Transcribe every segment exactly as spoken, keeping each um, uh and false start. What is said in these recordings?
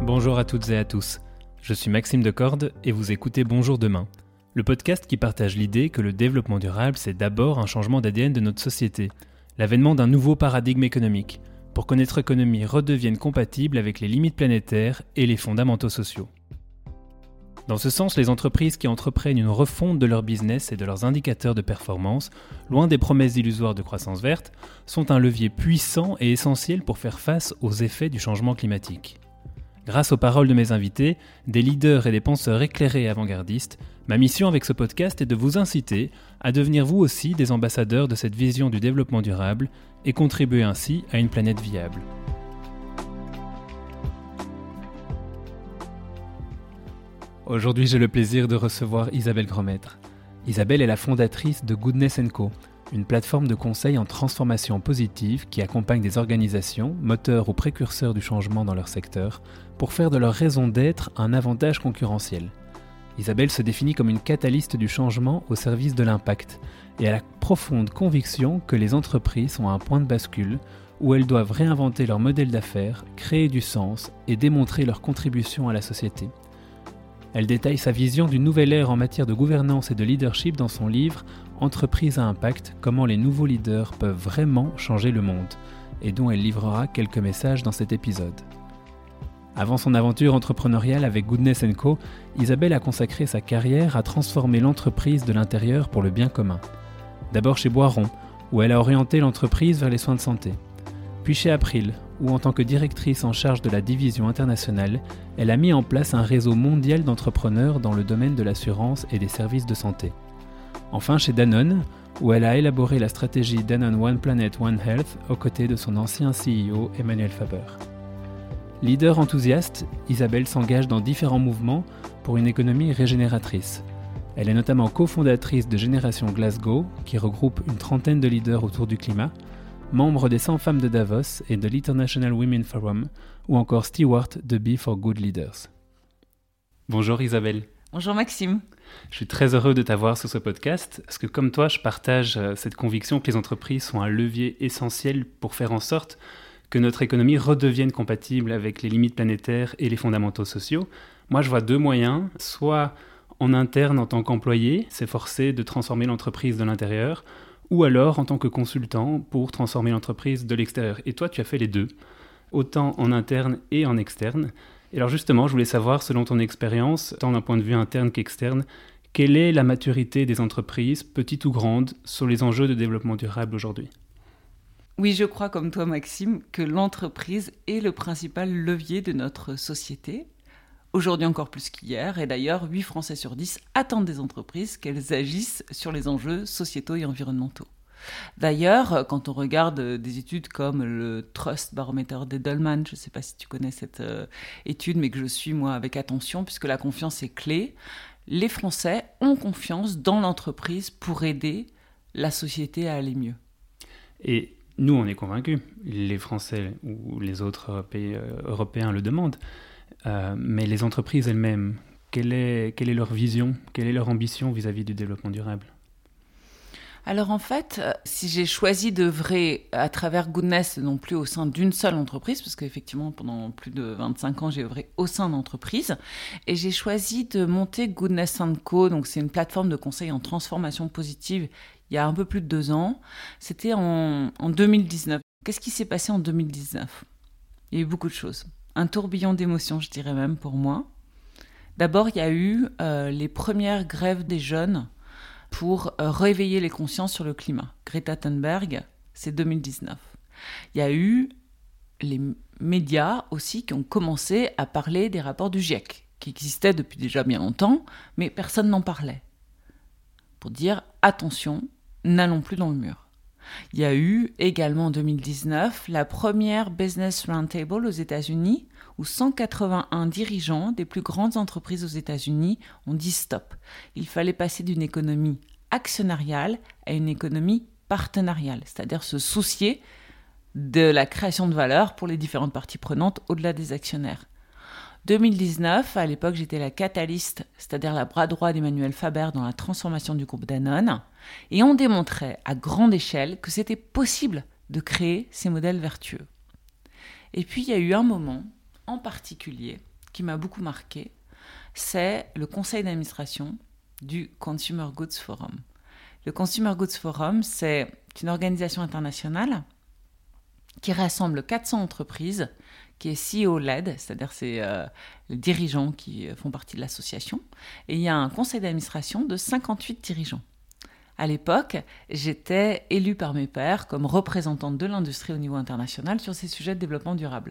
Bonjour à toutes et à tous, je suis Maxime Decorde et vous écoutez Bonjour Demain, le podcast qui partage l'idée que le développement durable c'est d'abord un changement d'A D N de notre société, l'avènement d'un nouveau paradigme économique, pour que notre économie redevienne compatible avec les limites planétaires et les fondamentaux sociaux. Dans ce sens, les entreprises qui entreprennent une refonte de leur business et de leurs indicateurs de performance, loin des promesses illusoires de croissance verte, sont un levier puissant et essentiel pour faire face aux effets du changement climatique. Grâce aux paroles de mes invités, des leaders et des penseurs éclairés et avant-gardistes, ma mission avec ce podcast est de vous inciter à devenir vous aussi des ambassadeurs de cette vision du développement durable et contribuer ainsi à une planète viable. Aujourd'hui, j'ai le plaisir de recevoir Isabelle Grosmaître. Isabelle est la fondatrice de Goodness and Co, une plateforme de conseil en transformation positive qui accompagne des organisations, moteurs ou précurseurs du changement dans leur secteur, pour faire de leur raison d'être un avantage concurrentiel. Isabelle se définit comme une catalyste du changement au service de l'impact, et a la profonde conviction que les entreprises sont à un point de bascule où elles doivent réinventer leur modèle d'affaires, créer du sens et démontrer leur contribution à la société. Elle détaille sa vision d'une nouvelle ère en matière de gouvernance et de leadership dans son livre « Entreprise à impact, comment les nouveaux leaders peuvent vraiment changer le monde » et dont elle livrera quelques messages dans cet épisode. Avant son aventure entrepreneuriale avec Goodness and Co, Isabelle a consacré sa carrière à transformer l'entreprise de l'intérieur pour le bien commun. D'abord chez Boiron, où elle a orienté l'entreprise vers les soins de santé. Puis chez April, où en tant que directrice en charge de la division internationale, elle a mis en place un réseau mondial d'entrepreneurs dans le domaine de l'assurance et des services de santé. Enfin chez Danone, où elle a élaboré la stratégie Danone One Planet One Health aux côtés de son ancien C E O Emmanuel Faber. Leader enthousiaste, Isabelle s'engage dans différents mouvements pour une économie régénératrice. Elle est notamment cofondatrice de Génération Glasgow, qui regroupe une trentaine de leaders autour du climat, membre des cent femmes de Davos et de l'International Women Forum, ou encore steward de Be for Good Leaders. Bonjour Isabelle. Bonjour Maxime. Je suis très heureux de t'avoir sur ce podcast, parce que comme toi, je partage cette conviction que les entreprises sont un levier essentiel pour faire en sorte que notre économie redevienne compatible avec les limites planétaires et les fondamentaux sociaux. Moi, je vois deux moyens, soit en interne en tant qu'employé, s'efforcer de transformer l'entreprise de l'intérieur, ou alors en tant que consultant pour transformer l'entreprise de l'extérieur. Et toi, tu as fait les deux, autant en interne et en externe. Et alors justement, je voulais savoir, selon ton expérience, tant d'un point de vue interne qu'externe, quelle est la maturité des entreprises, petites ou grandes, sur les enjeux de développement durable aujourd'hui ? Oui, je crois comme toi Maxime que l'entreprise est le principal levier de notre société. Aujourd'hui encore plus qu'hier, et d'ailleurs, huit Français sur dix attendent des entreprises qu'elles agissent sur les enjeux sociétaux et environnementaux. D'ailleurs, quand on regarde des études comme le Trust Barometer d'Edelman, je ne sais pas si tu connais cette euh, étude, mais que je suis moi avec attention, puisque la confiance est clé, les Français ont confiance dans l'entreprise pour aider la société à aller mieux. Et nous, on est convaincus, les Français ou les autres pays européens le demandent. Euh, mais les entreprises elles-mêmes, quelle est, quelle est leur vision, quelle est leur ambition vis-à-vis du développement durable ? Alors en fait, si j'ai choisi d'œuvrer à travers Goodness, non plus au sein d'une seule entreprise, parce qu'effectivement pendant plus de vingt-cinq ans j'ai œuvré au sein d'entreprises, et j'ai choisi de monter Goodness and Co, donc c'est une plateforme de conseil en transformation positive il y a un peu plus de deux ans, c'était en, en deux mille dix-neuf. Qu'est-ce qui s'est passé en deux mille dix-neuf ? Il y a eu beaucoup de choses. Un tourbillon d'émotions, je dirais même, pour moi. D'abord, il y a eu euh, les premières grèves des jeunes pour euh, réveiller les consciences sur le climat. Greta Thunberg, c'est deux mille dix-neuf. Il y a eu les médias aussi qui ont commencé à parler des rapports du GIEC, qui existaient depuis déjà bien longtemps, mais personne n'en parlait. Pour dire, attention, n'allons plus dans le mur. Il y a eu également en deux mille dix-neuf la première Business Roundtable aux États-Unis où cent quatre-vingt-un dirigeants des plus grandes entreprises aux États-Unis ont dit stop. Il fallait passer d'une économie actionnariale à une économie partenariale, c'est-à-dire se soucier de la création de valeur pour les différentes parties prenantes au-delà des actionnaires. deux mille dix-neuf, à l'époque, j'étais la catalyste, c'est-à-dire la bras droit d'Emmanuel Faber dans la transformation du groupe Danone, et on démontrait à grande échelle que c'était possible de créer ces modèles vertueux. Et puis, il y a eu un moment en particulier qui m'a beaucoup marqué, c'est le conseil d'administration du Consumer Goods Forum. Le Consumer Goods Forum, c'est une organisation internationale qui rassemble quatre cents entreprises, qui est C E O-led, c'est-à-dire c'est euh, les dirigeants qui font partie de l'association. Et il y a un conseil d'administration de cinquante-huit dirigeants. À l'époque, j'étais élue par mes pairs comme représentante de l'industrie au niveau international sur ces sujets de développement durable.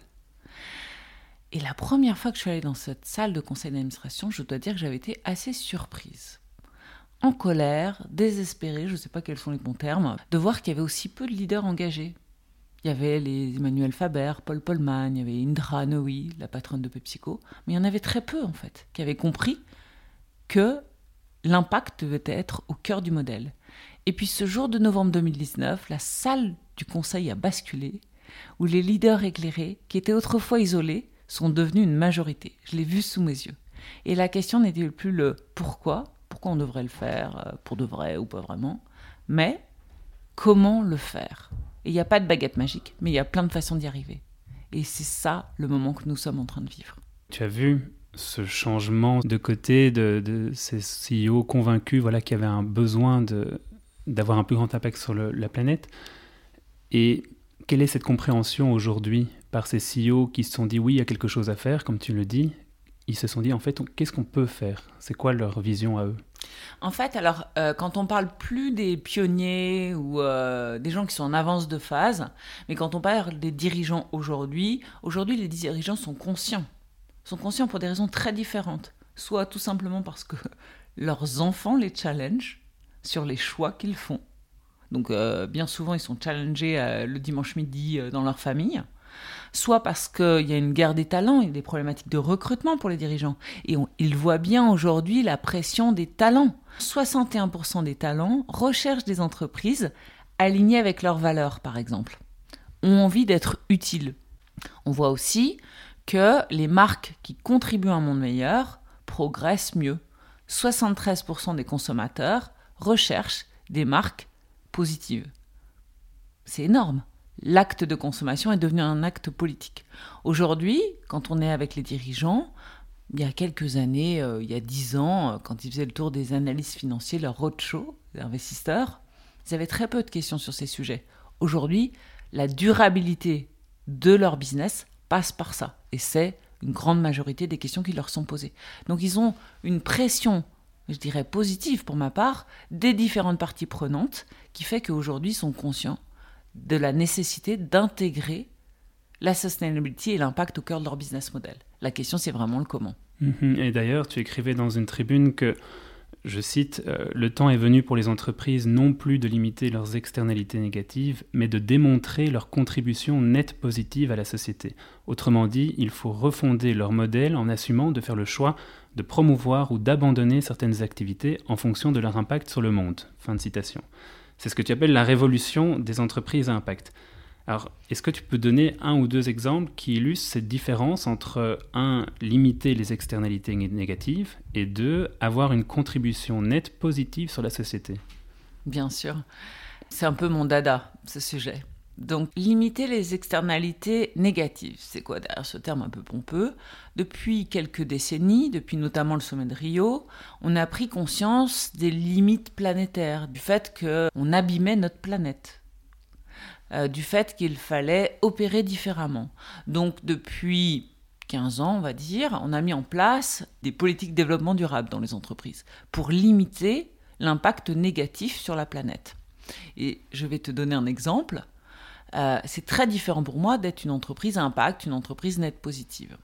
Et la première fois que je suis allée dans cette salle de conseil d'administration, je dois dire que j'avais été assez surprise. En colère, désespérée, je ne sais pas quels sont les bons termes, de voir qu'il y avait aussi peu de leaders engagés. Il y avait les Emmanuel Faber, Paul Polman, il y avait Indra Nooyi, la patronne de PepsiCo, mais il y en avait très peu en fait, qui avaient compris que l'impact devait être au cœur du modèle. Et puis ce jour de novembre deux mille dix-neuf, la salle du conseil a basculé, où les leaders éclairés, qui étaient autrefois isolés, sont devenus une majorité. Je l'ai vu sous mes yeux. Et la question n'était plus le pourquoi, pourquoi on devrait le faire, pour de vrai ou pas vraiment, mais comment le faire. Et il n'y a pas de baguette magique, mais il y a plein de façons d'y arriver. Et c'est ça le moment que nous sommes en train de vivre. Tu as vu ce changement de côté de, de ces C E O convaincus voilà, qu'il y avait un besoin de, d'avoir un plus grand impact sur le, la planète. Et quelle est cette compréhension aujourd'hui par ces C E O qui se sont dit oui, il y a quelque chose à faire, comme tu le dis. Ils se sont dit en fait, on, qu'est-ce qu'on peut faire ? C'est quoi leur vision à eux ? En fait, alors, euh, quand on parle plus des pionniers ou euh, des gens qui sont en avance de phase, mais quand on parle des dirigeants aujourd'hui, aujourd'hui, les dirigeants sont conscients. sont conscients pour des raisons très différentes. Soit tout simplement parce que leurs enfants les challengent sur les choix qu'ils font. Donc, euh, bien souvent, ils sont challengés euh, le dimanche midi euh, dans leur famille. Soit parce qu'il y a une guerre des talents, il y a des problématiques de recrutement pour les dirigeants. Et on, ils voient bien aujourd'hui la pression des talents. soixante et un pour cent des talents recherchent des entreprises alignées avec leurs valeurs, par exemple. Ont envie d'être utiles. On voit aussi que les marques qui contribuent à un monde meilleur progressent mieux. soixante-treize pour cent des consommateurs recherchent des marques positives. C'est énorme. L'acte de consommation est devenu un acte politique. Aujourd'hui, quand on est avec les dirigeants, il y a quelques années, euh, il y a dix ans, quand ils faisaient le tour des analystes financiers, leur roadshow, les investisseurs, ils avaient très peu de questions sur ces sujets. Aujourd'hui, la durabilité de leur business passe par ça. Et c'est une grande majorité des questions qui leur sont posées. Donc ils ont une pression, je dirais positive pour ma part, des différentes parties prenantes, qui fait qu'aujourd'hui, ils sont conscients de la nécessité d'intégrer la sustainability et l'impact au cœur de leur business model. La question, c'est vraiment le comment. Et d'ailleurs, tu écrivais dans une tribune que, je cite, euh, « Le temps est venu pour les entreprises non plus de limiter leurs externalités négatives, mais de démontrer leur contribution nette positive à la société. Autrement dit, il faut refonder leur modèle en assumant de faire le choix de promouvoir ou d'abandonner certaines activités en fonction de leur impact sur le monde. » Fin de citation. C'est ce que tu appelles la révolution des entreprises à impact. Alors, est-ce que tu peux donner un ou deux exemples qui illustrent cette différence entre, un, limiter les externalités négatives, et deux, avoir une contribution nette positive sur la société ? Bien sûr. C'est un peu mon dada, ce sujet. Donc, limiter les externalités négatives, c'est quoi derrière ce terme un peu pompeux ? Depuis quelques décennies, depuis notamment le sommet de Rio, on a pris conscience des limites planétaires, du fait qu'on abîmait notre planète, euh, du fait qu'il fallait opérer différemment. Donc, depuis quinze ans, on va dire, on a mis en place des politiques de développement durable dans les entreprises pour limiter l'impact négatif sur la planète. Et je vais te donner un exemple. Euh, c'est très différent pour moi d'être une entreprise à impact, une entreprise nette positive.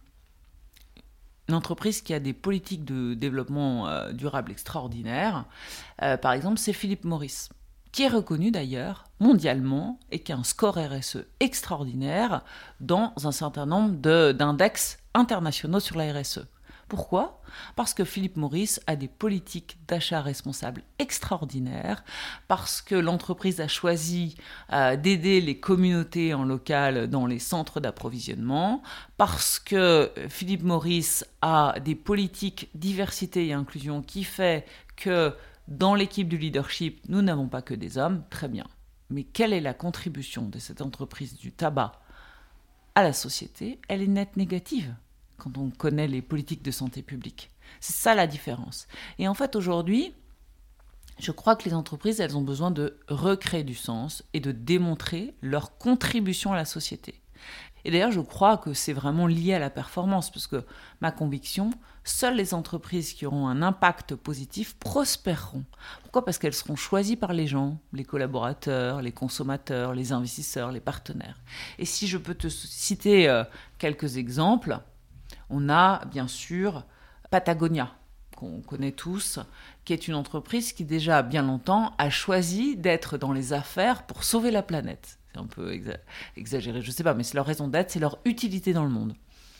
Une entreprise qui a des politiques de développement euh, durable extraordinaires, euh, par exemple, c'est Philip Morris, qui est reconnu d'ailleurs mondialement et qui a un score R S E extraordinaire dans un certain nombre de, d'index internationaux sur la R S E. Pourquoi ? Parce que Philip Morris a des politiques d'achat responsable extraordinaires, parce que l'entreprise a choisi euh, d'aider les communautés en local dans les centres d'approvisionnement, parce que Philip Morris a des politiques diversité et inclusion qui fait que dans l'équipe du leadership, nous n'avons pas que des hommes, très bien. Mais quelle est la contribution de cette entreprise du tabac à la société ? Elle est nette négative. quand on connaît les politiques de santé publique. C'est ça la différence. Et en fait, aujourd'hui, je crois que les entreprises, elles ont besoin de recréer du sens et de démontrer leur contribution à la société. Et d'ailleurs, je crois que c'est vraiment lié à la performance, parce que ma conviction, seules les entreprises qui auront un impact positif prospéreront. Pourquoi ? Parce qu'elles seront choisies par les gens, les collaborateurs, les consommateurs, les investisseurs, les partenaires. Et si je peux te citer euh, quelques exemples, on a bien sûr Patagonia, qu'on connaît tous, qui est une entreprise qui déjà bien longtemps a choisi d'être dans les affaires pour sauver la planète. C'est un peu exa- exagéré, je ne sais pas, mais c'est leur raison d'être, c'est leur utilité dans le monde.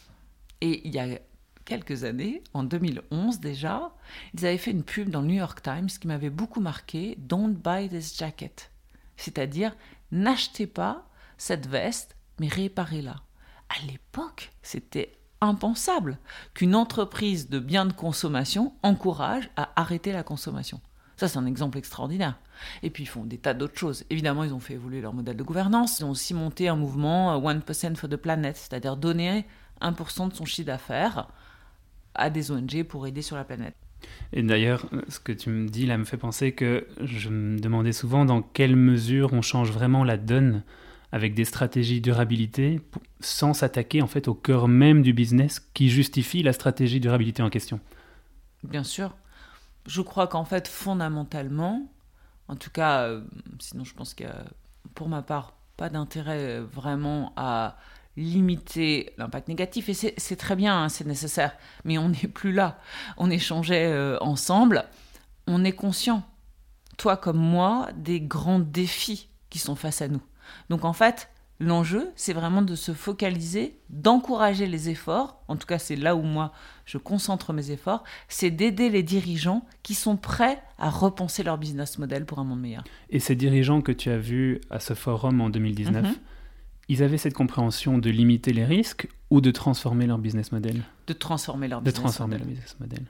Et il y a quelques années, en deux mille onze déjà, ils avaient fait une pub dans le New York Times qui m'avait beaucoup marqué, « Don't buy this jacket ». C'est-à-dire, n'achetez pas cette veste, mais réparez-la. À l'époque, c'était impensable qu'une entreprise de biens de consommation encourage à arrêter la consommation. Ça, c'est un exemple extraordinaire. Et puis, ils font des tas d'autres choses. Évidemment, ils ont fait évoluer leur modèle de gouvernance. Ils ont aussi monté un mouvement one percent for the planet, c'est-à-dire donner un pour cent de son chiffre d'affaires à des O N G pour aider sur la planète. Et d'ailleurs, ce que tu me dis là me fait penser que je me demandais souvent dans quelle mesure on change vraiment la donne avec des stratégies durabilité sans s'attaquer en fait au cœur même du business qui justifie la stratégie durabilité en question. Bien sûr. Je crois qu'en fait, fondamentalement, en tout cas, euh, sinon je pense qu'il y a, pour ma part, pas d'intérêt vraiment à limiter l'impact négatif. Et c'est, c'est très bien, hein, c'est nécessaire. Mais on n'est plus là. On échangeait euh, ensemble. On est conscient, toi comme moi, des grands défis qui sont face à nous. Donc en fait, l'enjeu, c'est vraiment de se focaliser, d'encourager les efforts, en tout cas c'est là où moi je concentre mes efforts, c'est d'aider les dirigeants qui sont prêts à repenser leur business model pour un monde meilleur. Et ces dirigeants que tu as vus à ce forum en deux mille dix-neuf, mm-hmm. ils avaient cette compréhension de limiter les risques ou de transformer leur business model ? De transformer leur de business transformer model. leur business model.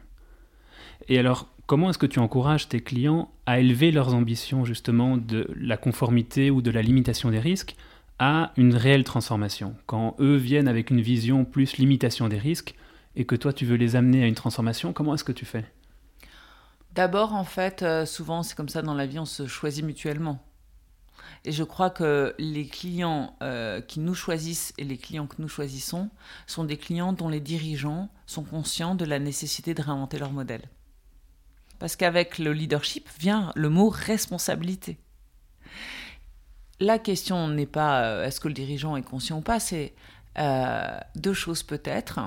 Et alors, comment est-ce que tu encourages tes clients à élever leurs ambitions justement de la conformité ou de la limitation des risques à une réelle transformation, quand eux viennent avec une vision plus limitation des risques et que toi tu veux les amener à une transformation, comment est-ce que tu fais ? D'abord, en fait, euh, souvent c'est comme ça dans la vie, on se choisit mutuellement. Et je crois que les clients euh, qui nous choisissent et les clients que nous choisissons sont des clients dont les dirigeants sont conscients de la nécessité de réinventer leur modèle. Parce qu'avec le leadership vient le mot responsabilité. La question n'est pas euh, est-ce que le dirigeant est conscient ou pas, c'est euh, deux choses peut-être.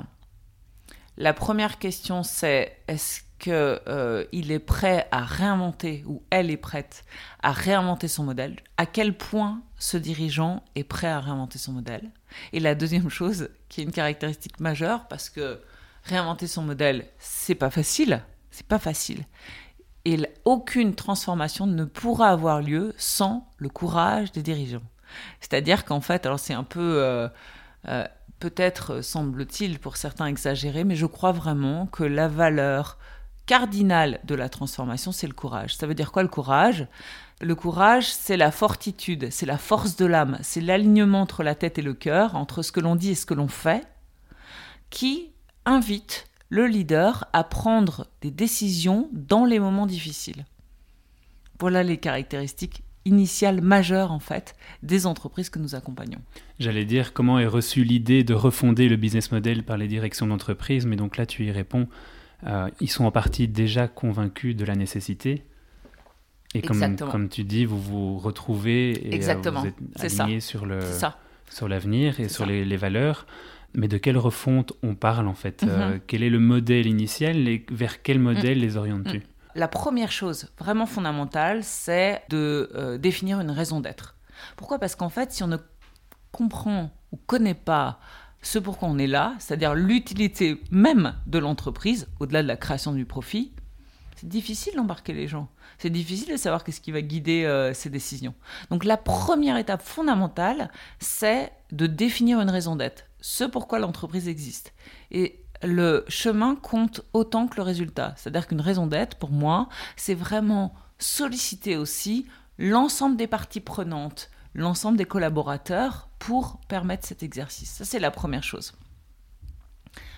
La première question, c'est est-ce qu'il euh, est prêt à réinventer ou elle est prête à réinventer son modèle ? À quel point ce dirigeant est prêt à réinventer son modèle ? Et la deuxième chose, qui est une caractéristique majeure, parce que réinventer son modèle, c'est pas facile, c'est pas facile. Et aucune transformation ne pourra avoir lieu sans le courage des dirigeants. C'est-à-dire qu'en fait, alors c'est un peu, euh, euh, peut-être semble-t-il pour certains exagéré, mais je crois vraiment que la valeur cardinale de la transformation, c'est le courage. Ça veut dire quoi le courage ? Le courage, c'est la fortitude, c'est la force de l'âme, c'est l'alignement entre la tête et le cœur, entre ce que l'on dit et ce que l'on fait, qui invite le leader à prendre des décisions dans les moments difficiles. Voilà les caractéristiques initiales majeures, en fait, des entreprises que nous accompagnons. J'allais dire, comment est reçue l'idée de refonder le business model par les directions d'entreprise, mais donc là, tu y réponds, euh, ils sont en partie déjà convaincus de la nécessité. Et comme, comme tu dis, vous vous retrouvez et Exactement. vous êtes alignés sur, le, ça. sur l'avenir et C'est sur ça. les, les valeurs. Mais de quelle refonte on parle en fait ? Mm-hmm. euh, Quel est le modèle initial et vers quel modèle mm. les orientes-tu ? mm. La première chose vraiment fondamentale, c'est de euh, définir une raison d'être. Pourquoi ? Parce qu'en fait, si on ne comprend ou connaît pas ce pourquoi on est là, c'est-à-dire l'utilité même de l'entreprise, au-delà de la création du profit, c'est difficile d'embarquer les gens. C'est difficile de savoir qu'est-ce qui va guider euh, ces décisions. Donc la première étape fondamentale, c'est de définir une raison d'être. Ce pourquoi l'entreprise existe. Et le chemin compte autant que le résultat. C'est-à-dire qu'une raison d'être, pour moi, c'est vraiment solliciter aussi l'ensemble des parties prenantes, l'ensemble des collaborateurs pour permettre cet exercice. Ça, c'est la première chose.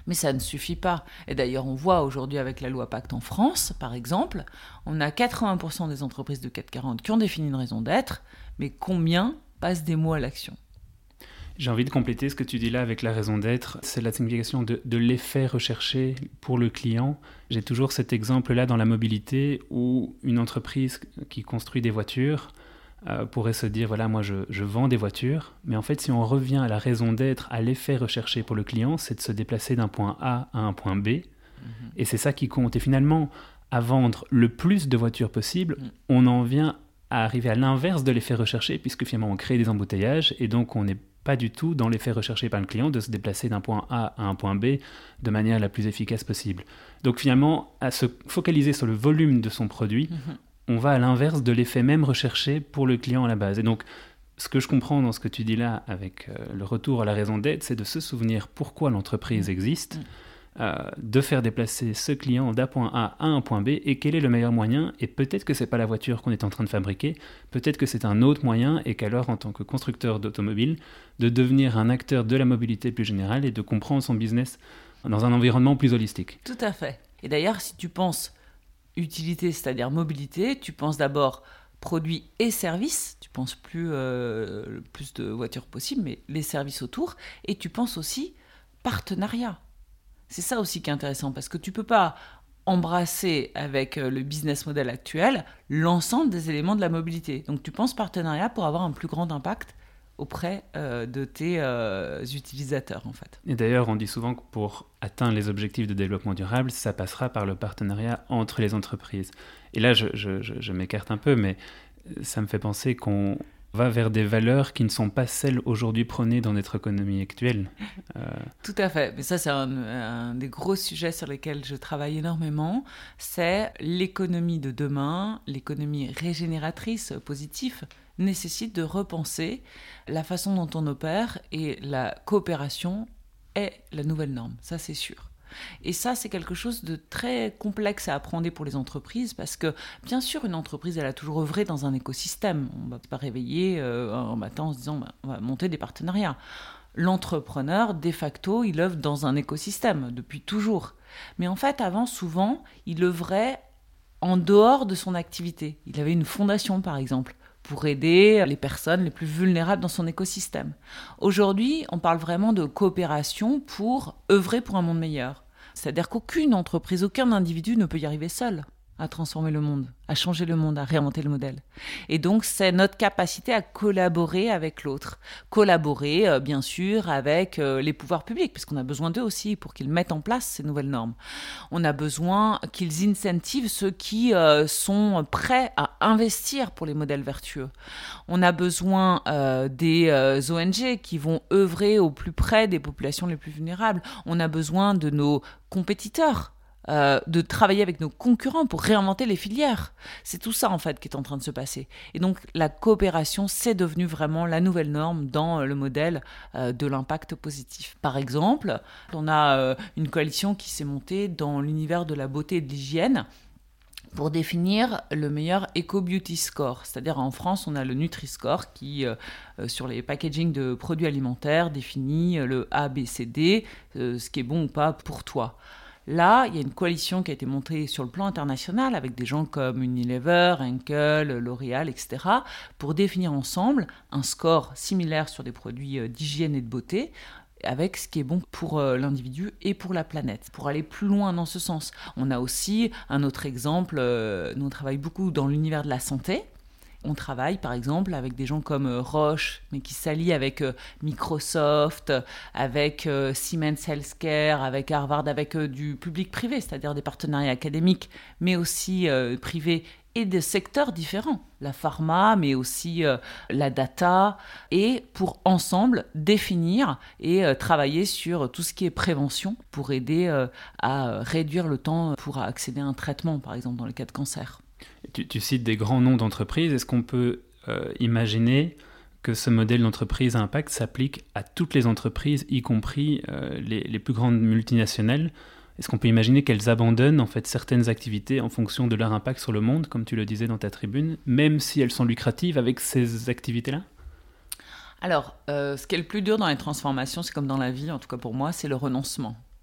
Mais ça ne suffit pas. Et d'ailleurs, on voit aujourd'hui avec la loi Pacte en France, par exemple, on a quatre-vingts pour cent des entreprises de CAC quarante qui ont défini une raison d'être, mais combien passent des mots à l'action ? J'ai envie de compléter ce que tu dis là avec la raison d'être. C'est la signification de, de l'effet recherché pour le client. J'ai toujours cet exemple-là dans la mobilité où une entreprise qui construit des voitures euh, pourrait se dire, voilà, moi je, je vends des voitures. Mais en fait, si on revient à la raison d'être, à l'effet recherché pour le client, c'est de se déplacer d'un point A à un point B. Mmh. Et c'est ça qui compte. Et finalement, à vendre le plus de voitures possible, mmh. on en vient à arriver à l'inverse de l'effet recherché, puisque finalement on crée des embouteillages et donc on n'est pas du tout dans l'effet recherché par le client de se déplacer d'un point A à un point B de manière la plus efficace possible. Donc finalement, à se focaliser sur le volume de son produit, mmh. on va à l'inverse de l'effet même recherché pour le client à la base. Et donc, ce que je comprends dans ce que tu dis là, avec euh, le retour à la raison d'être, c'est de se souvenir pourquoi l'entreprise mmh. existe, mmh. Euh, de faire déplacer ce client d'un point A à un point B et quel est le meilleur moyen. Et peut-être que ce n'est pas la voiture qu'on est en train de fabriquer, peut-être que c'est un autre moyen et qu'alors, en tant que constructeur d'automobile, de devenir un acteur de la mobilité plus générale et de comprendre son business dans un environnement plus holistique. Tout à fait. Et d'ailleurs, si tu penses utilité, c'est-à-dire mobilité, tu penses d'abord produits et services, tu penses plus, euh, le plus de voitures possible, mais les services autour, et tu penses aussi partenariat. C'est ça aussi qui est intéressant, parce que tu ne peux pas embrasser avec le business model actuel l'ensemble des éléments de la mobilité. Donc tu penses partenariat pour avoir un plus grand impact auprès euh, de tes euh, utilisateurs, en fait. Et d'ailleurs, on dit souvent que pour atteindre les objectifs de développement durable, ça passera par le partenariat entre les entreprises. Et là, je, je, je, je m'écarte un peu, mais ça me fait penser qu'on va vers des valeurs qui ne sont pas celles aujourd'hui prônées dans notre économie actuelle. Euh... Tout à fait. Mais ça, c'est un, un des gros sujets sur lesquels je travaille énormément. C'est l'économie de demain, l'économie régénératrice, positive, nécessite de repenser la façon dont on opère, et la coopération est la nouvelle norme. Ça, c'est sûr. Et ça, c'est quelque chose de très complexe à apprendre pour les entreprises, parce que, bien sûr, une entreprise, elle a toujours œuvré dans un écosystème. On ne va pas réveiller euh, un matin en se disant bah, on va monter des partenariats. L'entrepreneur, de facto, il œuvre dans un écosystème depuis toujours. Mais en fait, avant, souvent, il œuvrait en dehors de son activité. Il avait une fondation, par exemple, pour aider les personnes les plus vulnérables dans son écosystème. Aujourd'hui, on parle vraiment de coopération pour œuvrer pour un monde meilleur. C'est-à-dire qu'aucune entreprise, aucun individu ne peut y arriver seul à transformer le monde, à changer le monde, à réinventer le modèle. Et donc, c'est notre capacité à collaborer avec l'autre. Collaborer, euh, bien sûr, avec euh, les pouvoirs publics, parce qu'on a besoin d'eux aussi pour qu'ils mettent en place ces nouvelles normes. On a besoin qu'ils incentivent ceux qui euh, sont prêts à investir pour les modèles vertueux. On a besoin euh, des euh, O N G qui vont œuvrer au plus près des populations les plus vulnérables. On a besoin de nos compétiteurs, Euh, de travailler avec nos concurrents pour réinventer les filières. C'est tout ça, en fait, qui est en train de se passer. Et donc, la coopération, c'est devenu vraiment la nouvelle norme dans le modèle euh, de l'impact positif. Par exemple, on a euh, une coalition qui s'est montée dans l'univers de la beauté et de l'hygiène pour définir le meilleur Eco-Beauty Score. C'est-à-dire, en France, on a le Nutri-Score qui, euh, sur les packaging de produits alimentaires, définit le A, B, C, D, euh, ce qui est bon ou pas pour toi. Là, il y a une coalition qui a été montée sur le plan international avec des gens comme Unilever, Henkel, L'Oréal, et cetera, pour définir ensemble un score similaire sur des produits d'hygiène et de beauté, avec ce qui est bon pour l'individu et pour la planète, pour aller plus loin dans ce sens. On a aussi un autre exemple, nous on travaille beaucoup dans l'univers de la santé. On travaille par exemple avec des gens comme Roche, mais qui s'allient avec Microsoft, avec Siemens Healthcare, avec Harvard, avec du public-privé, c'est-à-dire des partenariats académiques, mais aussi euh, privés et de secteurs différents, la pharma, mais aussi euh, la data, et pour ensemble définir et euh, travailler sur tout ce qui est prévention pour aider euh, à réduire le temps pour accéder à un traitement, par exemple dans le cas de cancer. Tu, tu cites des grands noms d'entreprises. Est-ce qu'on peut euh, imaginer que ce modèle d'entreprise à impact s'applique à toutes les entreprises, y compris euh, les, les plus grandes multinationales ? Est-ce qu'on peut imaginer qu'elles abandonnent en fait certaines activités en fonction de leur impact sur le monde, comme tu le disais dans ta tribune, même si elles sont lucratives avec ces activités-là ? Alors, euh, ce qui est le plus dur dans les transformations, c'est comme dans la vie, en tout cas pour moi, c'est le renoncement.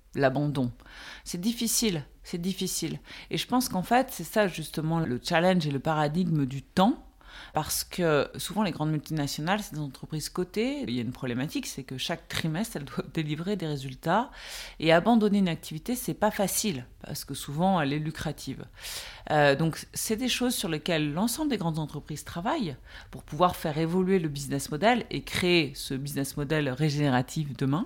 l'abandon. C'est difficile, c'est difficile. Et je pense qu'en fait, c'est ça justement le challenge et le paradigme du temps. Parce que souvent, les grandes multinationales, c'est des entreprises cotées. Il y a une problématique, c'est que chaque trimestre, elles doivent délivrer des résultats. Et abandonner une activité, c'est pas facile, parce que souvent, elle est lucrative. Euh, donc, c'est des choses sur lesquelles l'ensemble des grandes entreprises travaillent pour pouvoir faire évoluer le business model et créer ce business model régénératif demain.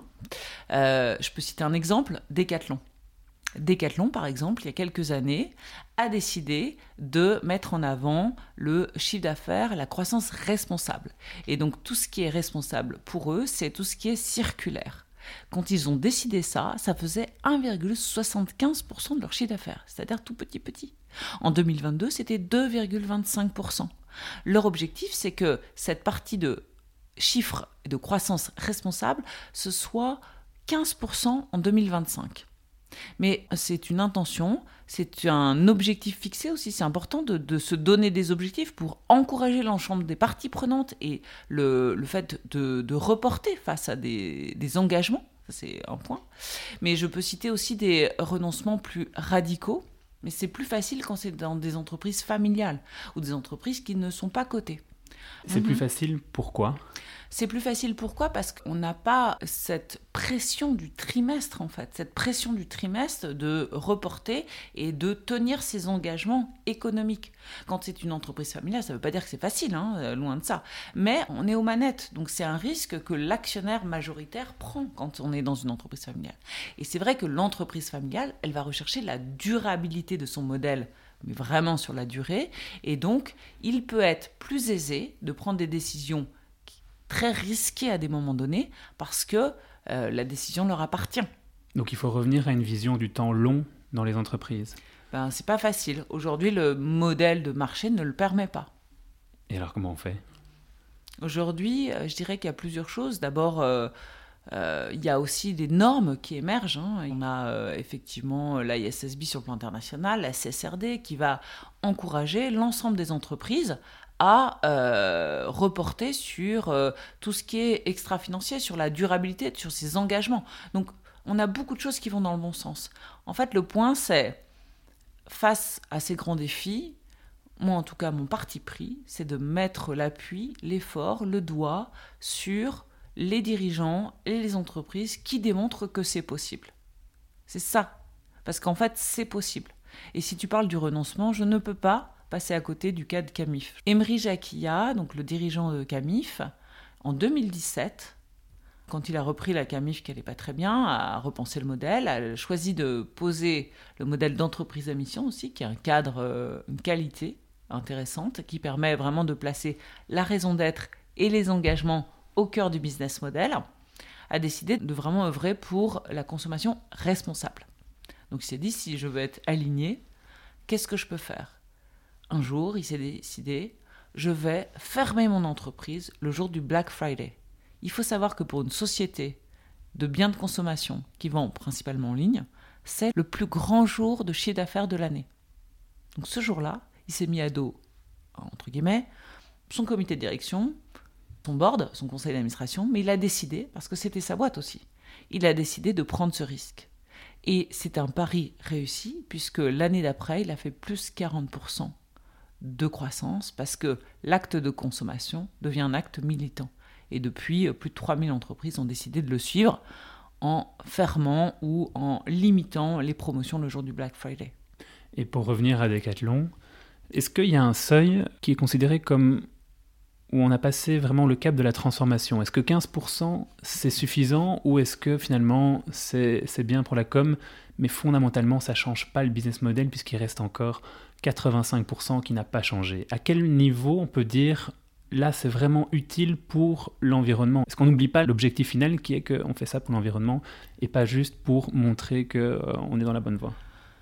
Euh, je peux citer un exemple, Decathlon. Decathlon, par exemple, il y a quelques années, a décidé de mettre en avant le chiffre d'affaires, la croissance responsable. Et donc, tout ce qui est responsable pour eux, c'est tout ce qui est circulaire. Quand ils ont décidé ça, ça faisait un virgule soixante-quinze pour cent de leur chiffre d'affaires, c'est-à-dire tout petit petit. En deux mille vingt-deux, c'était deux virgule vingt-cinq pour cent. Leur objectif, c'est que cette partie de chiffre de croissance responsable, ce soit quinze pour cent en deux mille vingt-cinq. Mais c'est une intention, c'est un objectif fixé aussi. C'est important de, de se donner des objectifs pour encourager l'ensemble des parties prenantes et le, le fait de, de reporter face à des, des engagements. Ça, c'est un point. Mais je peux citer aussi des renoncements plus radicaux. Mais c'est plus facile quand c'est dans des entreprises familiales ou des entreprises qui ne sont pas cotées. C'est mmh. plus facile, pourquoi ? C'est plus facile, pourquoi ? Parce qu'on n'a pas cette pression du trimestre, en fait. Cette pression du trimestre de reporter et de tenir ses engagements économiques. Quand c'est une entreprise familiale, ça ne veut pas dire que c'est facile, hein, loin de ça. Mais on est aux manettes, donc c'est un risque que l'actionnaire majoritaire prend quand on est dans une entreprise familiale. Et c'est vrai que l'entreprise familiale, elle va rechercher la durabilité de son modèle, mais vraiment sur la durée. Et donc, il peut être plus aisé de prendre des décisions très risquées à des moments donnés parce que euh, la décision leur appartient. Donc il faut revenir à une vision du temps long dans les entreprises. Ben, c'est pas facile. Aujourd'hui, le modèle de marché ne le permet pas. Et alors comment on fait ? Aujourd'hui, euh, je dirais qu'il y a plusieurs choses. D'abord, euh, euh, il y a aussi des normes qui émergent. Hein. On a euh, effectivement l'I S S B sur le plan international, la C S R D qui va encourager l'ensemble des entreprises à euh, reporter sur euh, tout ce qui est extra-financier, sur la durabilité, sur ses engagements. Donc, on a beaucoup de choses qui vont dans le bon sens. En fait, le point, c'est, face à ces grands défis, moi, en tout cas, mon parti pris, c'est de mettre l'appui, l'effort, le doigt sur les dirigeants et les entreprises qui démontrent que c'est possible. C'est ça. Parce qu'en fait, c'est possible. Et si tu parles du renoncement, je ne peux pas passer à côté du cas de Camif. Emery Jacquia, donc le dirigeant de Camif, en deux mille dix-sept, quand il a repris la Camif qui n'allait pas très bien, a repensé le modèle, a choisi de poser le modèle d'entreprise à mission aussi, qui est un cadre, une qualité intéressante, qui permet vraiment de placer la raison d'être et les engagements au cœur du business model, a décidé de vraiment œuvrer pour la consommation responsable. Donc il s'est dit, si je veux être aligné, qu'est-ce que je peux faire ? Un jour, il s'est décidé, je vais fermer mon entreprise le jour du Black Friday. Il faut savoir que pour une société de biens de consommation qui vend principalement en ligne, c'est le plus grand jour de chiffre d'affaires de l'année. Donc ce jour-là, il s'est mis à dos, entre guillemets, son comité de direction, son board, son conseil d'administration, mais il a décidé, parce que c'était sa boîte aussi, il a décidé de prendre ce risque. Et c'est un pari réussi, puisque l'année d'après, il a fait plus quarante pour cent de croissance, parce que l'acte de consommation devient un acte militant. Et depuis, plus de trois mille entreprises ont décidé de le suivre en fermant ou en limitant les promotions le jour du Black Friday. Et pour revenir à Decathlon, est-ce qu'il y a un seuil qui est considéré comme où on a passé vraiment le cap de la transformation ? Est-ce que quinze pour cent c'est suffisant ou est-ce que finalement c'est, c'est bien pour la com, mais fondamentalement ça ne change pas le business model puisqu'il reste encore quatre-vingt-cinq pour cent qui n'a pas changé ? À quel niveau on peut dire là c'est vraiment utile pour l'environnement ? Est-ce qu'on n'oublie pas l'objectif final qui est qu'on fait ça pour l'environnement et pas juste pour montrer qu'on euh, est dans la bonne voie ?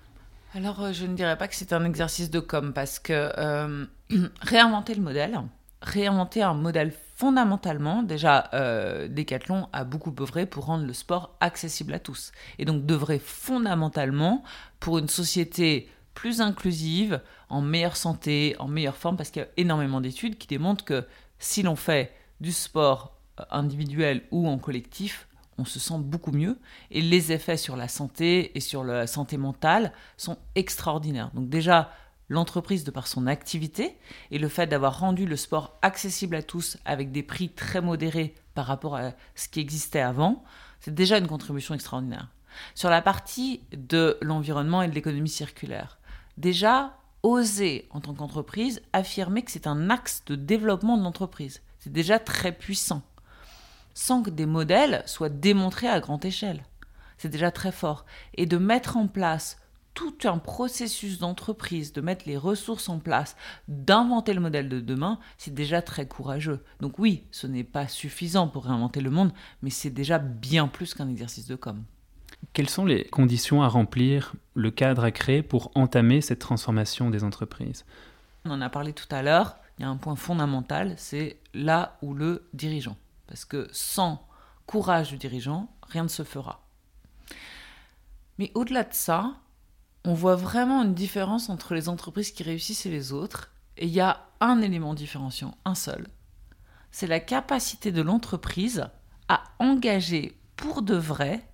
Alors je ne dirais pas que c'est un exercice de com parce que euh, réinventer le modèle, réinventer un modèle fondamentalement, déjà euh, Decathlon a beaucoup œuvré pour rendre le sport accessible à tous et donc devrait fondamentalement pour une société plus inclusive, en meilleure santé, en meilleure forme, parce qu'il y a énormément d'études qui démontrent que si l'on fait du sport individuel ou en collectif, on se sent beaucoup mieux. Et les effets sur la santé et sur la santé mentale sont extraordinaires. Donc déjà, l'entreprise, de par son activité et le fait d'avoir rendu le sport accessible à tous avec des prix très modérés par rapport à ce qui existait avant, c'est déjà une contribution extraordinaire. Sur la partie de l'environnement et de l'économie circulaire, déjà, oser en tant qu'entreprise affirmer que c'est un axe de développement de l'entreprise. C'est déjà très puissant, sans que des modèles soient démontrés à grande échelle. C'est déjà très fort. Et de mettre en place tout un processus d'entreprise, de mettre les ressources en place, d'inventer le modèle de demain, c'est déjà très courageux. Donc oui, ce n'est pas suffisant pour réinventer le monde, mais c'est déjà bien plus qu'un exercice de com. Quelles sont les conditions à remplir, le cadre à créer pour entamer cette transformation des entreprises ? On en a parlé tout à l'heure, il y a un point fondamental, c'est là où le dirigeant. Parce que sans courage du dirigeant, rien ne se fera. Mais au-delà de ça, on voit vraiment une différence entre les entreprises qui réussissent et les autres. Et il y a un élément différenciant, un seul. C'est la capacité de l'entreprise à engager pour de vrai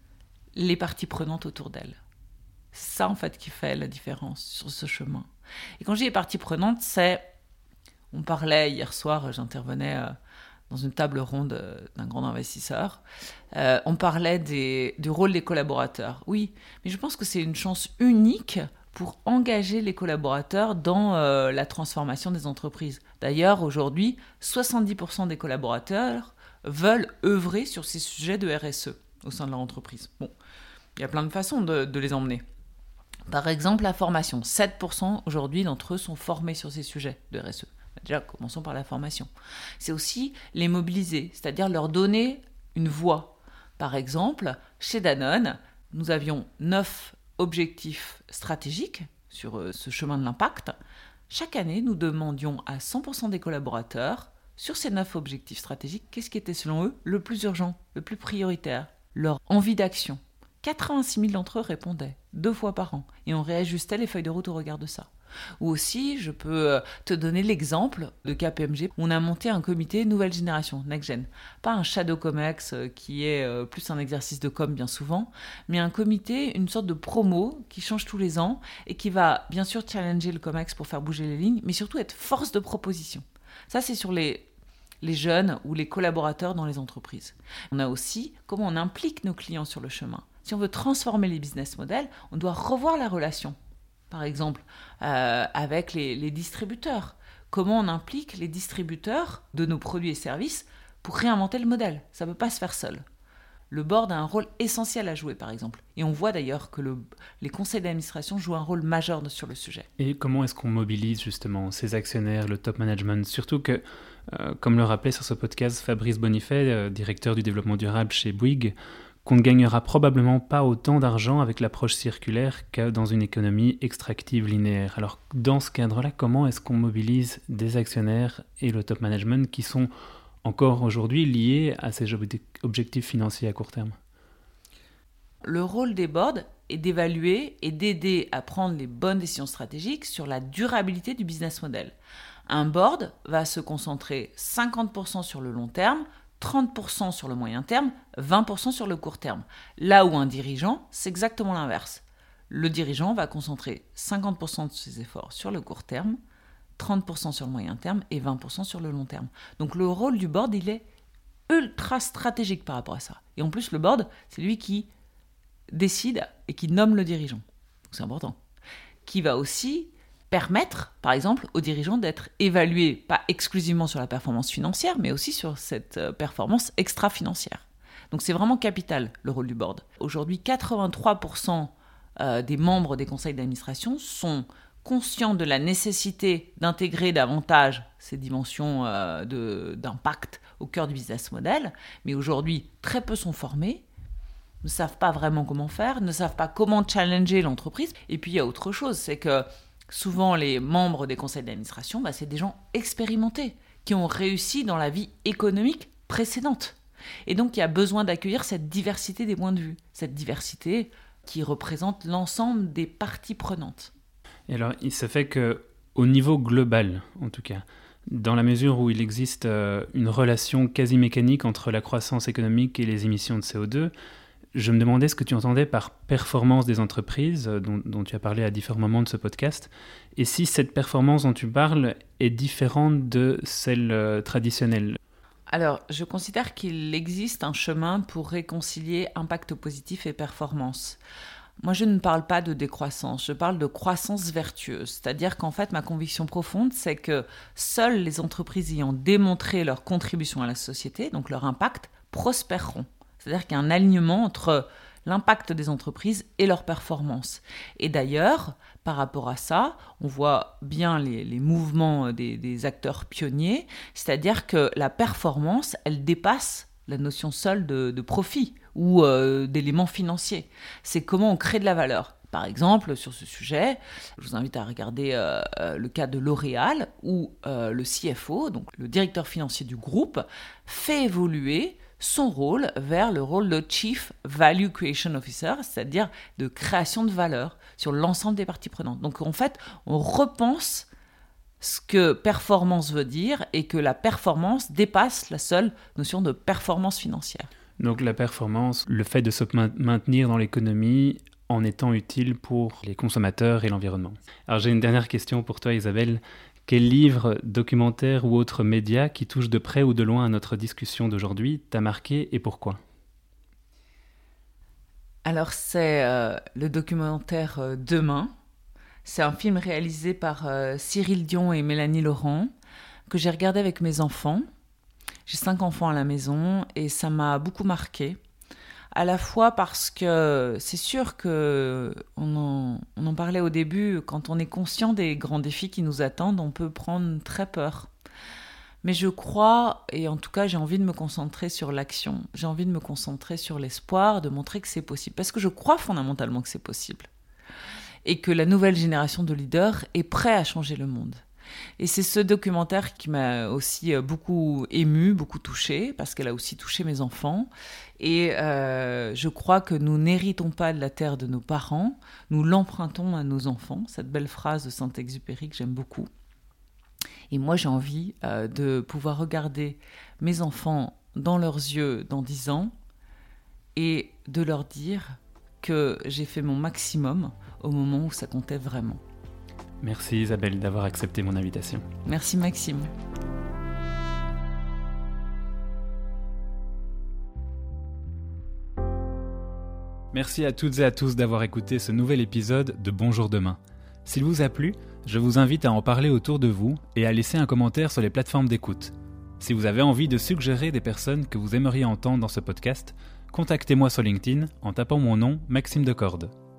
les parties prenantes autour d'elle. C'est ça, en fait, qui fait la différence sur ce chemin. Et quand je dis les parties prenantes, c'est... On parlait hier soir, j'intervenais euh, dans une table ronde euh, d'un grand investisseur. Euh, on parlait des, du rôle des collaborateurs. Oui, mais je pense que c'est une chance unique pour engager les collaborateurs dans euh, la transformation des entreprises. D'ailleurs, aujourd'hui, soixante-dix pour cent des collaborateurs veulent œuvrer sur ces sujets de R S E au sein de leur entreprise. Bon, il y a plein de façons de, de les emmener. Par exemple, la formation. sept pour cent aujourd'hui d'entre eux sont formés sur ces sujets de R S E. Déjà, commençons par la formation. C'est aussi les mobiliser, c'est-à-dire leur donner une voix. Par exemple, chez Danone, nous avions neuf objectifs stratégiques sur ce chemin de l'impact. Chaque année, nous demandions à cent pour cent des collaborateurs, sur ces neuf objectifs stratégiques, qu'est-ce qui était selon eux le plus urgent, le plus prioritaire, leur envie d'action. quatre-vingt-six mille d'entre eux répondaient deux fois par an et on réajustait les feuilles de route au regard de ça. Ou aussi, je peux te donner l'exemple de K P M G. On a monté un comité nouvelle génération, Next Gen. Pas un shadow comex qui est plus un exercice de com bien souvent, mais un comité, une sorte de promo qui change tous les ans et qui va bien sûr challenger le comex pour faire bouger les lignes, mais surtout être force de proposition. Ça, c'est sur les, les jeunes ou les collaborateurs dans les entreprises. On a aussi comment on implique nos clients sur le chemin. Si on veut transformer les business models, on doit revoir la relation. Par exemple, euh, avec les, les distributeurs. Comment on implique les distributeurs de nos produits et services pour réinventer le modèle ? Ça ne peut pas se faire seul. Le board a un rôle essentiel à jouer, par exemple. Et on voit d'ailleurs que le, les conseils d'administration jouent un rôle majeur sur le sujet. Et comment est-ce qu'on mobilise justement ces actionnaires, le top management ? Surtout que, euh, comme le rappelait sur ce podcast Fabrice Bonifay, euh, directeur du développement durable chez Bouygues, qu'on ne gagnera probablement pas autant d'argent avec l'approche circulaire que dans une économie extractive linéaire. Alors, dans ce cadre-là, comment est-ce qu'on mobilise des actionnaires et le top management qui sont encore aujourd'hui liés à ces objectifs financiers à court terme ? Le rôle des boards est d'évaluer et d'aider à prendre les bonnes décisions stratégiques sur la durabilité du business model. Un board va se concentrer cinquante pour cent sur le long terme, trente pour cent sur le moyen terme, vingt pour cent sur le court terme. Là où un dirigeant, c'est exactement l'inverse. Le dirigeant va concentrer cinquante pour cent de ses efforts sur le court terme, trente pour cent sur le moyen terme et vingt pour cent sur le long terme. Donc le rôle du board, il est ultra stratégique par rapport à ça. Et en plus, le board, c'est lui qui décide et qui nomme le dirigeant. Donc c'est important. Qui va aussi permettre, par exemple, aux dirigeants d'être évalués, pas exclusivement sur la performance financière, mais aussi sur cette performance extra-financière. Donc c'est vraiment capital, le rôle du board. Aujourd'hui, quatre-vingt-trois pour cent des membres des conseils d'administration sont conscients de la nécessité d'intégrer davantage ces dimensions de, d'impact au cœur du business model, mais aujourd'hui, très peu sont formés, ne savent pas vraiment comment faire, ne savent pas comment challenger l'entreprise. Et puis il y a autre chose, c'est que souvent, les membres des conseils d'administration, bah, c'est des gens expérimentés, qui ont réussi dans la vie économique précédente. Et donc, il y a besoin d'accueillir cette diversité des points de vue, cette diversité qui représente l'ensemble des parties prenantes. Et alors, il se fait qu'au niveau global, en tout cas, dans la mesure où il existe euh, une relation quasi mécanique entre la croissance économique et les émissions de C O deux. Je me demandais ce que tu entendais par performance des entreprises, euh, dont, dont tu as parlé à différents moments de ce podcast, et si cette performance dont tu parles est différente de celle euh, traditionnelle. Alors, je considère qu'il existe un chemin pour réconcilier impact positif et performance. Moi, je ne parle pas de décroissance, je parle de croissance vertueuse. C'est-à-dire qu'en fait, ma conviction profonde, c'est que seules les entreprises ayant démontré leur contribution à la société, donc leur impact, prospéreront. C'est-à-dire qu'il y a un alignement entre l'impact des entreprises et leur performance. Et d'ailleurs, par rapport à ça, on voit bien les, les mouvements des, des acteurs pionniers, c'est-à-dire que la performance, elle dépasse la notion seule de, de profit ou euh, d'éléments financiers. C'est comment on crée de la valeur. Par exemple, sur ce sujet, je vous invite à regarder euh, le cas de L'Oréal, où euh, le C F O, donc le directeur financier du groupe, fait évoluer son rôle vers le rôle de Chief Value Creation Officer, c'est-à-dire de création de valeur sur l'ensemble des parties prenantes. Donc en fait, on repense ce que performance veut dire et que la performance dépasse la seule notion de performance financière. Donc la performance, le fait de se maintenir dans l'économie en étant utile pour les consommateurs et l'environnement. Alors j'ai une dernière question pour toi, Isabelle. Quel livre, documentaire ou autre média qui touche de près ou de loin à notre discussion d'aujourd'hui t'a marqué et pourquoi ? Alors c'est euh, le documentaire euh, Demain. C'est un film réalisé par euh, Cyril Dion et Mélanie Laurent que j'ai regardé avec mes enfants. J'ai cinq enfants à la maison et ça m'a beaucoup marqué. À la fois parce que c'est sûr qu'on en, on en parlait au début, quand on est conscient des grands défis qui nous attendent, on peut prendre très peur. Mais je crois, et en tout cas j'ai envie de me concentrer sur l'action, j'ai envie de me concentrer sur l'espoir, de montrer que c'est possible. Parce que je crois fondamentalement que c'est possible. Et que la nouvelle génération de leaders est prête à changer le monde. Et c'est ce documentaire qui m'a aussi beaucoup émue, beaucoup touchée, parce qu'elle a aussi touché mes enfants. Et euh, je crois que nous n'héritons pas de la terre de nos parents, nous l'empruntons à nos enfants. Cette belle phrase de Saint-Exupéry que j'aime beaucoup. Et moi, j'ai envie euh, de pouvoir regarder mes enfants dans leurs yeux dans dix ans et de leur dire que j'ai fait mon maximum au moment où ça comptait vraiment. Merci Isabelle d'avoir accepté mon invitation. Merci Maxime. Merci à toutes et à tous d'avoir écouté ce nouvel épisode de Bonjour Demain. S'il vous a plu, je vous invite à en parler autour de vous et à laisser un commentaire sur les plateformes d'écoute. Si vous avez envie de suggérer des personnes que vous aimeriez entendre dans ce podcast, contactez-moi sur LinkedIn en tapant mon nom Maxime Decorde.